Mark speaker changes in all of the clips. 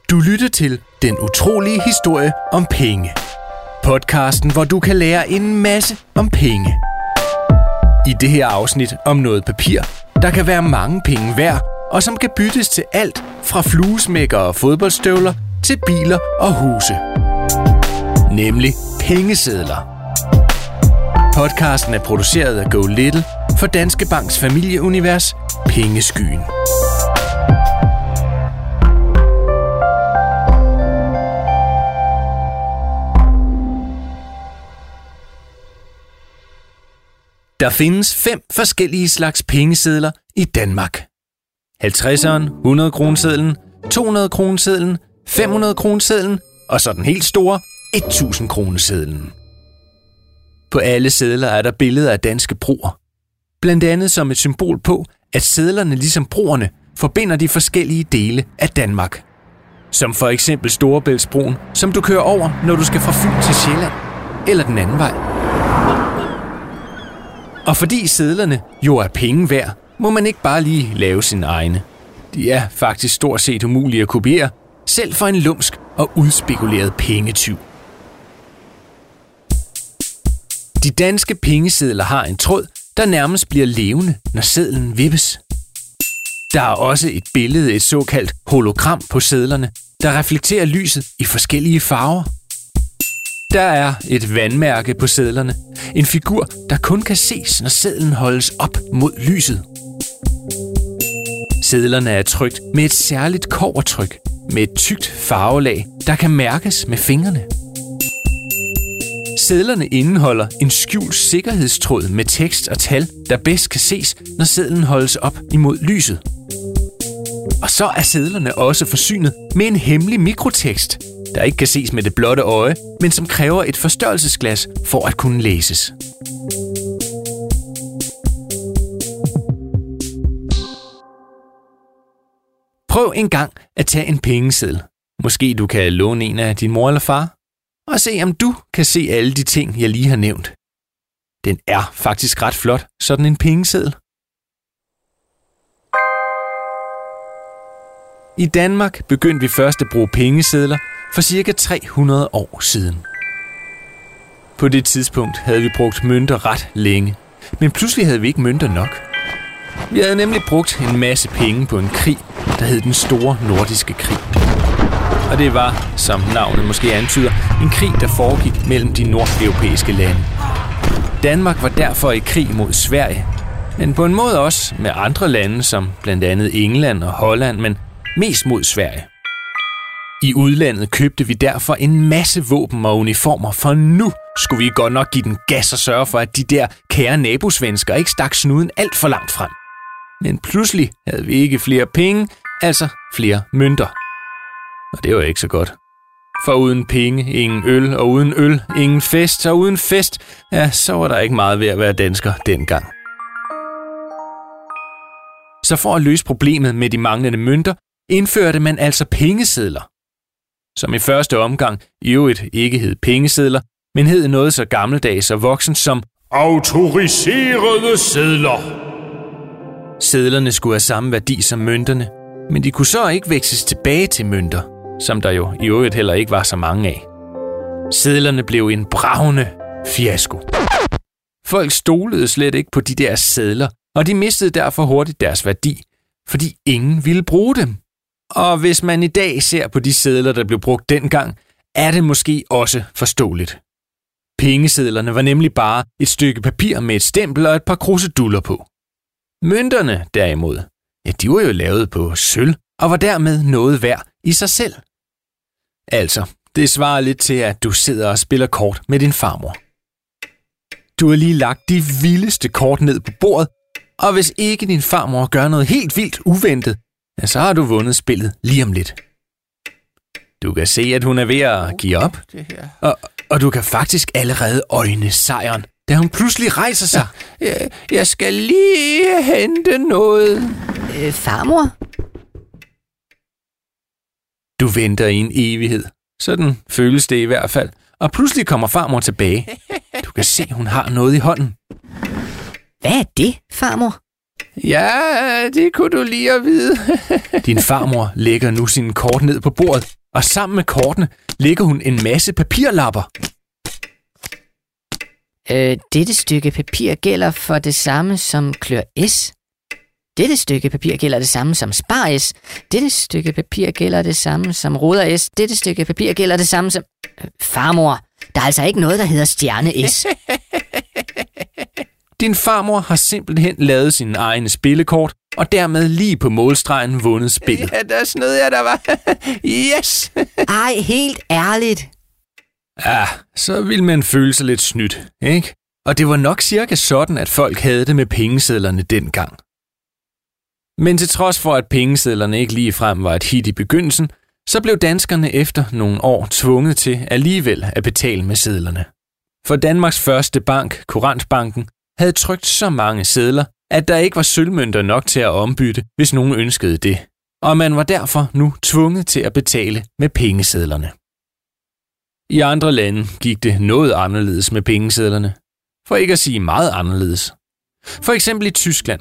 Speaker 1: Du lytter til Den utrolige historie om penge. Podcasten, hvor du kan lære en masse om penge. I det her afsnit om noget papir, der kan være mange penge værd, og som kan byttes til alt fra fluesmækker og fodboldstøvler til biler og huse. Nemlig pengesedler. Podcasten er produceret af Go Little for Danske Banks familieunivers Pengeskyen. Der findes 5 forskellige slags pengesedler i Danmark. 50'eren, 100-kronesedlen, 200-kronesedlen, 500-kronesedlen og så den helt store 1000-kronesedlen. På alle sedler er der billeder af danske broer. Blandt andet som et symbol på, at sedlerne ligesom broerne forbinder de forskellige dele af Danmark. Som for eksempel Storebæltsbroen, som du kører over, når du skal fra Fyn til Sjælland, eller den anden vej. Og fordi sedlerne jo er penge værd, må man ikke bare lige lave sine egne. De er faktisk stort set umulige at kopiere, selv for en lumsk og udspekuleret pengetyv. De danske pengesedler har en tråd, der nærmest bliver levende, når sedlen vippes. Der er også et billede, et såkaldt hologram på sedlerne, der reflekterer lyset i forskellige farver. Der er et vandmærke på sedlerne, en figur, der kun kan ses, når sedlen holdes op mod lyset. Sedlerne er trykt med et særligt kobbertryk, med et tykt farvelag, der kan mærkes med fingrene. Sedlerne indeholder en skjult sikkerhedstråd med tekst og tal, der bedst kan ses, når sedlen holdes op imod lyset. Og så er sedlerne også forsynet med en hemmelig mikrotekst, der ikke kan ses med det blotte øje, men som kræver et forstørrelsesglas for at kunne læses. Prøv en gang at tage en pengeseddel. Måske du kan låne en af din mor eller far, og se om du kan se alle de ting, jeg lige har nævnt. Den er faktisk ret flot, sådan en pengeseddel. I Danmark begyndte vi først at bruge pengesedler for ca. 300 år siden. På det tidspunkt havde vi brugt mønter ret længe, men pludselig havde vi ikke mønter nok. Vi havde nemlig brugt en masse penge på en krig, der hed den Store Nordiske Krig. Og det var, som navnet måske antyder, en krig, der foregik mellem de nordeuropæiske lande. Danmark var derfor i krig mod Sverige, men på en måde også med andre lande, som blandt andet England og Holland, men mest mod Sverige. I udlandet købte vi derfor en masse våben og uniformer, for nu skulle vi godt nok give den gas og sørge for, at de der kære nabosvensker ikke stak snuden alt for langt frem. Men pludselig havde vi ikke flere penge, altså flere mønter. Og det var ikke så godt. For uden penge, ingen øl, og uden øl, ingen fest, og uden fest, ja, så var der ikke meget ved at være dansker dengang. Så for at løse problemet med de manglende mønter, indførte man altså pengesedler, som i første omgang i øvrigt ikke hed pengesedler, men hed noget så gammeldags og voksen som autoriserede sedler. Sedlerne skulle have samme værdi som mønterne, men de kunne så ikke veksles tilbage til mønter, som der jo i øvrigt heller ikke var så mange af. Sedlerne blev en bragende fiasko. Folk stolede slet ikke på de der sedler, og de mistede derfor hurtigt deres værdi, fordi ingen ville bruge dem. Og hvis man i dag ser på de sedler, der blev brugt dengang, er det måske også forståeligt. Pengesedlerne var nemlig bare et stykke papir med et stempel og et par kruseduller på. Mønterne derimod, ja, de var jo lavet på sølv og var dermed noget værd i sig selv. Altså, det svarer lidt til, at du sidder og spiller kort med din farmor. Du har lige lagt de vildeste kort ned på bordet, og hvis ikke din farmor gør noget helt vildt uventet, ja, så har du vundet spillet lige om lidt. Du kan se, at hun er ved at give op, og du kan faktisk allerede øjne sejren, da hun pludselig rejser sig. Jeg skal lige hente noget.
Speaker 2: Farmor?
Speaker 1: Du venter i en evighed. Sådan føles det i hvert fald. Og pludselig kommer farmor tilbage. Du kan se, hun har noget i hånden.
Speaker 2: Hvad er det, farmor?
Speaker 1: Ja, det kunne du lige at vide. Din farmor lægger nu sine kort ned på bordet, og sammen med kortene lægger hun en masse papirlapper.
Speaker 2: Dette stykke papir gælder for det samme som klør S. Dette stykke papir gælder det samme som spar S. Dette stykke papir gælder det samme som ruder S. Dette stykke papir gælder det samme som... Farmor, der er altså ikke noget, der hedder stjerne S.
Speaker 1: Din farmor har simpelthen lavet sine egne spillekort, og dermed lige på målstregen vundet spillet. Ja, der snød jeg, der var. Yes!
Speaker 2: Ej, helt ærligt.
Speaker 1: Ja, så ville man føle sig lidt snydt, ikke? Og det var nok cirka sådan, at folk havde det med pengesedlerne dengang. Men til trods for, at pengesedlerne ikke ligefrem var et hit i begyndelsen, så blev danskerne efter nogle år tvunget til alligevel at betale med sedlerne. For Danmarks første bank, Kurantbanken, havde trykt så mange sedler, at der ikke var sølvmønter nok til at ombytte, hvis nogen ønskede det. Og man var derfor nu tvunget til at betale med pengesedlerne. I andre lande gik det noget anderledes med pengesedlerne. For ikke at sige meget anderledes. For eksempel i Tyskland.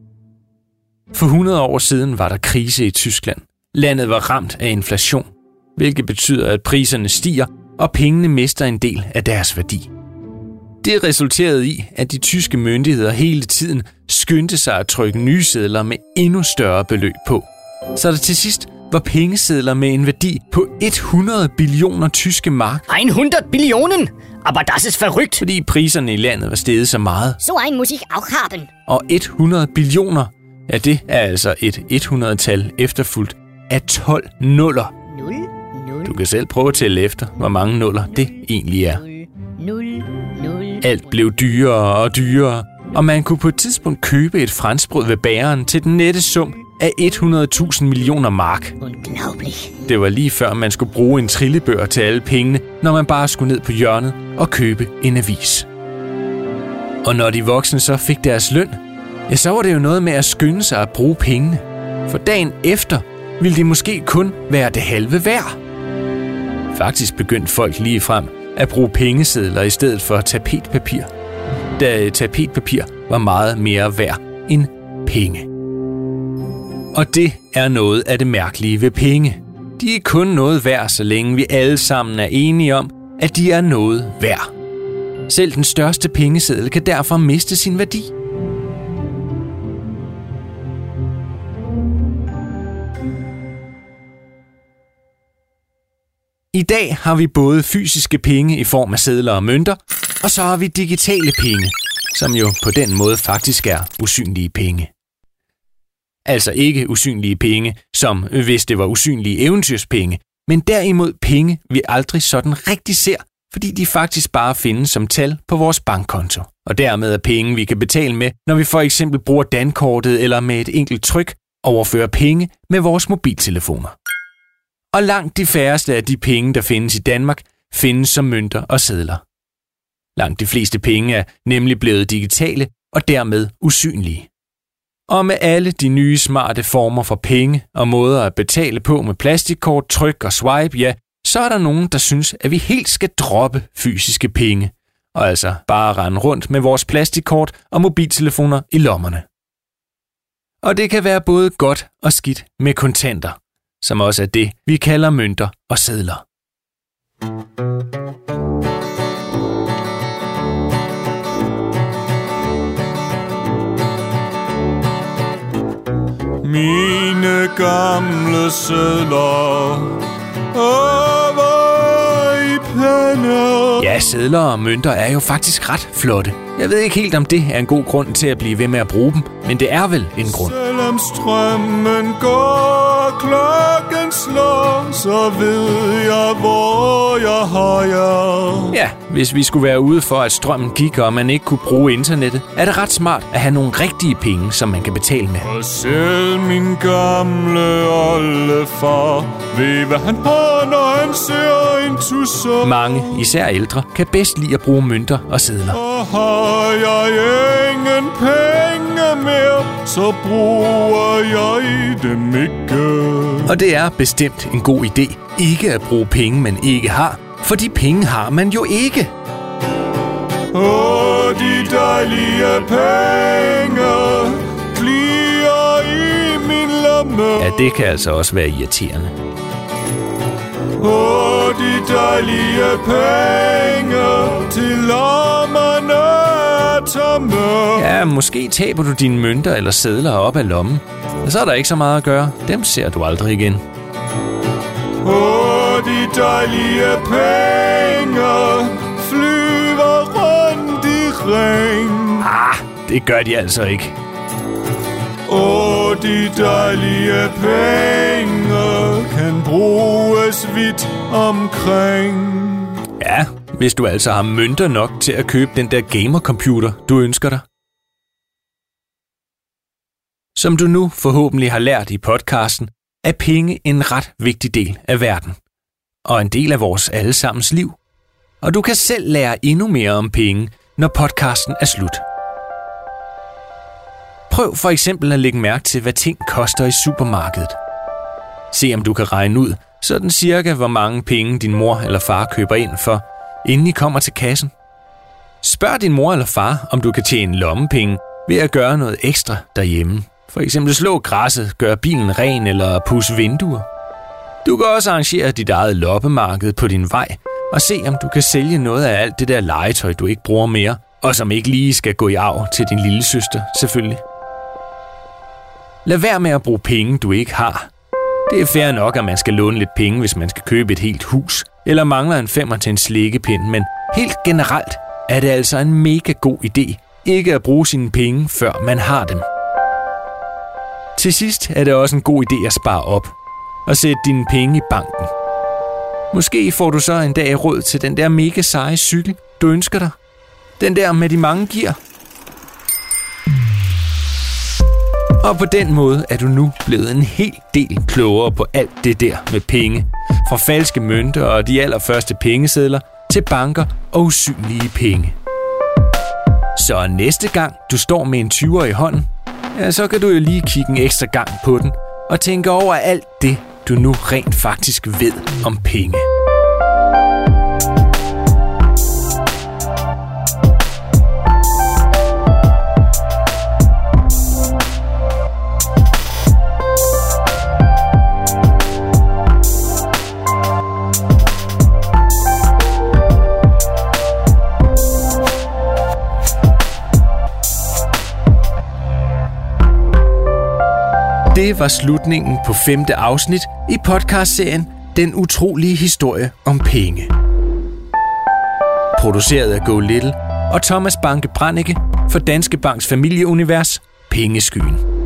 Speaker 1: For 100 år siden var der krise i Tyskland. Landet var ramt af inflation, hvilket betyder, at priserne stiger, og pengene mister en del af deres værdi. Det resulterede i, at de tyske myndigheder hele tiden skyndte sig at trykke nye sedler med endnu større beløb på. Så der til sidst var pengesedler med en værdi på 100 billioner tyske mark.
Speaker 2: 100 Billionen? Aber das ist verrückt.
Speaker 1: Fordi priserne i landet var steget så meget.
Speaker 2: So ein muss ich auch haben.
Speaker 1: Og 100 billioner, ja, det er altså et 100-tal efterfulgt af 12 nuller.
Speaker 2: 0.
Speaker 1: Du kan selv prøve at tælle efter, hvor mange nuller det egentlig er.
Speaker 2: 0.
Speaker 1: Alt blev dyrere og dyrere, og man kunne på et tidspunkt købe et franskbrød ved bageren til den nette sum af 100.000 millioner mark.
Speaker 2: Unglaublich.
Speaker 1: Det var lige før man skulle bruge en trillebør til alle pengene, når man bare skulle ned på hjørnet og købe en avis. Og når de voksne så fik deres løn, ja, så var det jo noget med at skynde sig at bruge pengene. For dagen efter ville de måske kun være det halve værd. Faktisk begyndte folk ligefrem at bruge pengesedler i stedet for tapetpapir, da tapetpapir var meget mere værd end penge. Og det er noget af det mærkelige ved penge. De er kun noget værd, så længe vi alle sammen er enige om, at de er noget værd. Selv den største pengeseddel kan derfor miste sin værdi. I dag har vi både fysiske penge i form af sedler og mønter, og så har vi digitale penge, som jo på den måde faktisk er usynlige penge. Altså ikke usynlige penge, som hvis det var usynlige eventyrspenge, men derimod penge, vi aldrig sådan rigtig ser, fordi de faktisk bare findes som tal på vores bankkonto. Og dermed er penge, vi kan betale med, når vi for eksempel bruger dankortet eller med et enkelt tryk overfører penge med vores mobiltelefoner. Og langt de færreste af de penge, der findes i Danmark, findes som mønter og sedler. Langt de fleste penge er nemlig blevet digitale og dermed usynlige. Og med alle de nye smarte former for penge og måder at betale på med plastikkort, tryk og swipe, ja, så er der nogen, der synes, at vi helt skal droppe fysiske penge, og altså bare rende rundt med vores plastikkort og mobiltelefoner i lommerne. Og det kan være både godt og skidt med kontanter, som også er det, vi kalder mønter og sedler.
Speaker 3: Mine gamle sedler over i pande.
Speaker 1: Ja, sedler og mønter er jo faktisk ret flotte. Jeg ved ikke helt, om det er en god grund til at blive ved med at bruge dem, men det er vel en grund.
Speaker 3: Selvom strømmen går, klokken slår, så ved jeg, hvor jeg har jer.
Speaker 1: Ja, hvis vi skulle være ude for, at strømmen gik, og man ikke kunne bruge internettet, er det ret smart at have nogle rigtige penge, som man kan betale med.
Speaker 3: Og selv min gamle oldefar ved, hvad han har, når han ser en tusser.
Speaker 1: Mange, især ældre, kan bedst lide at bruge mønter og sedler.
Speaker 3: Og har jeg ingen penge mere, så bruger jeg dem ikke.
Speaker 1: Og det er bestemt en god idé ikke at bruge penge, man ikke har, for de penge har man jo ikke.
Speaker 3: Og de dejlige penge tomme.
Speaker 1: Ja, det kan altså også være irriterende.
Speaker 3: De dejlige penge til lommerne er tomme.
Speaker 1: Ja, måske taber du dine mønter eller sedler op af lommen. Og så er der ikke så meget at gøre. Dem ser du aldrig igen.
Speaker 3: De dejlige penge flyver rundt i ring.
Speaker 1: Det gør de altså ikke.
Speaker 3: De dejlige penge kan bruges vidt omkring.
Speaker 1: Ja, hvis du altså har mønter nok til at købe den der gamercomputer, du ønsker dig. Som du nu forhåbentlig har lært i podcasten, er penge en ret vigtig del af verden. Og en del af vores allesammens liv. Og du kan selv lære endnu mere om penge, når podcasten er slut. Prøv for eksempel at lægge mærke til, hvad ting koster i supermarkedet. Se om du kan regne ud, sådan cirka hvor mange penge din mor eller far køber ind for, inden I kommer til kassen. Spørg din mor eller far, om du kan tjene lommepenge ved at gøre noget ekstra derhjemme. For eksempel slå græsset, gøre bilen ren eller pudse vinduer. Du kan også arrangere dit eget loppemarked på din vej og se, om du kan sælge noget af alt det der legetøj, du ikke bruger mere, og som ikke lige skal gå i arv til din lille søster, selvfølgelig. Lad være med at bruge penge, du ikke har. Det er fair nok, at man skal låne lidt penge, hvis man skal købe et helt hus, eller mangler en 5'er til en slikkepind, men helt generelt er det altså en mega god idé ikke at bruge sine penge, før man har dem. Til sidst er det også en god idé at spare op og sætte dine penge i banken. Måske får du så en dag råd til den der mega seje cykel, du ønsker dig. Den der med de mange gear. Og på den måde er du nu blevet en hel del klogere på alt det der med penge. Fra falske mønter og de allerførste pengesedler til banker og usynlige penge. Så næste gang du står med en 20'er i hånden, ja, så kan du jo lige kigge en ekstra gang på den og tænke over alt det, du nu rent faktisk ved om penge. Det var slutningen på 5. afsnit i podcastserien Den utrolige historie om penge. Produceret af Go Little og Thomas Banke Brannicke for Danske Banks familieunivers Pengeskyen.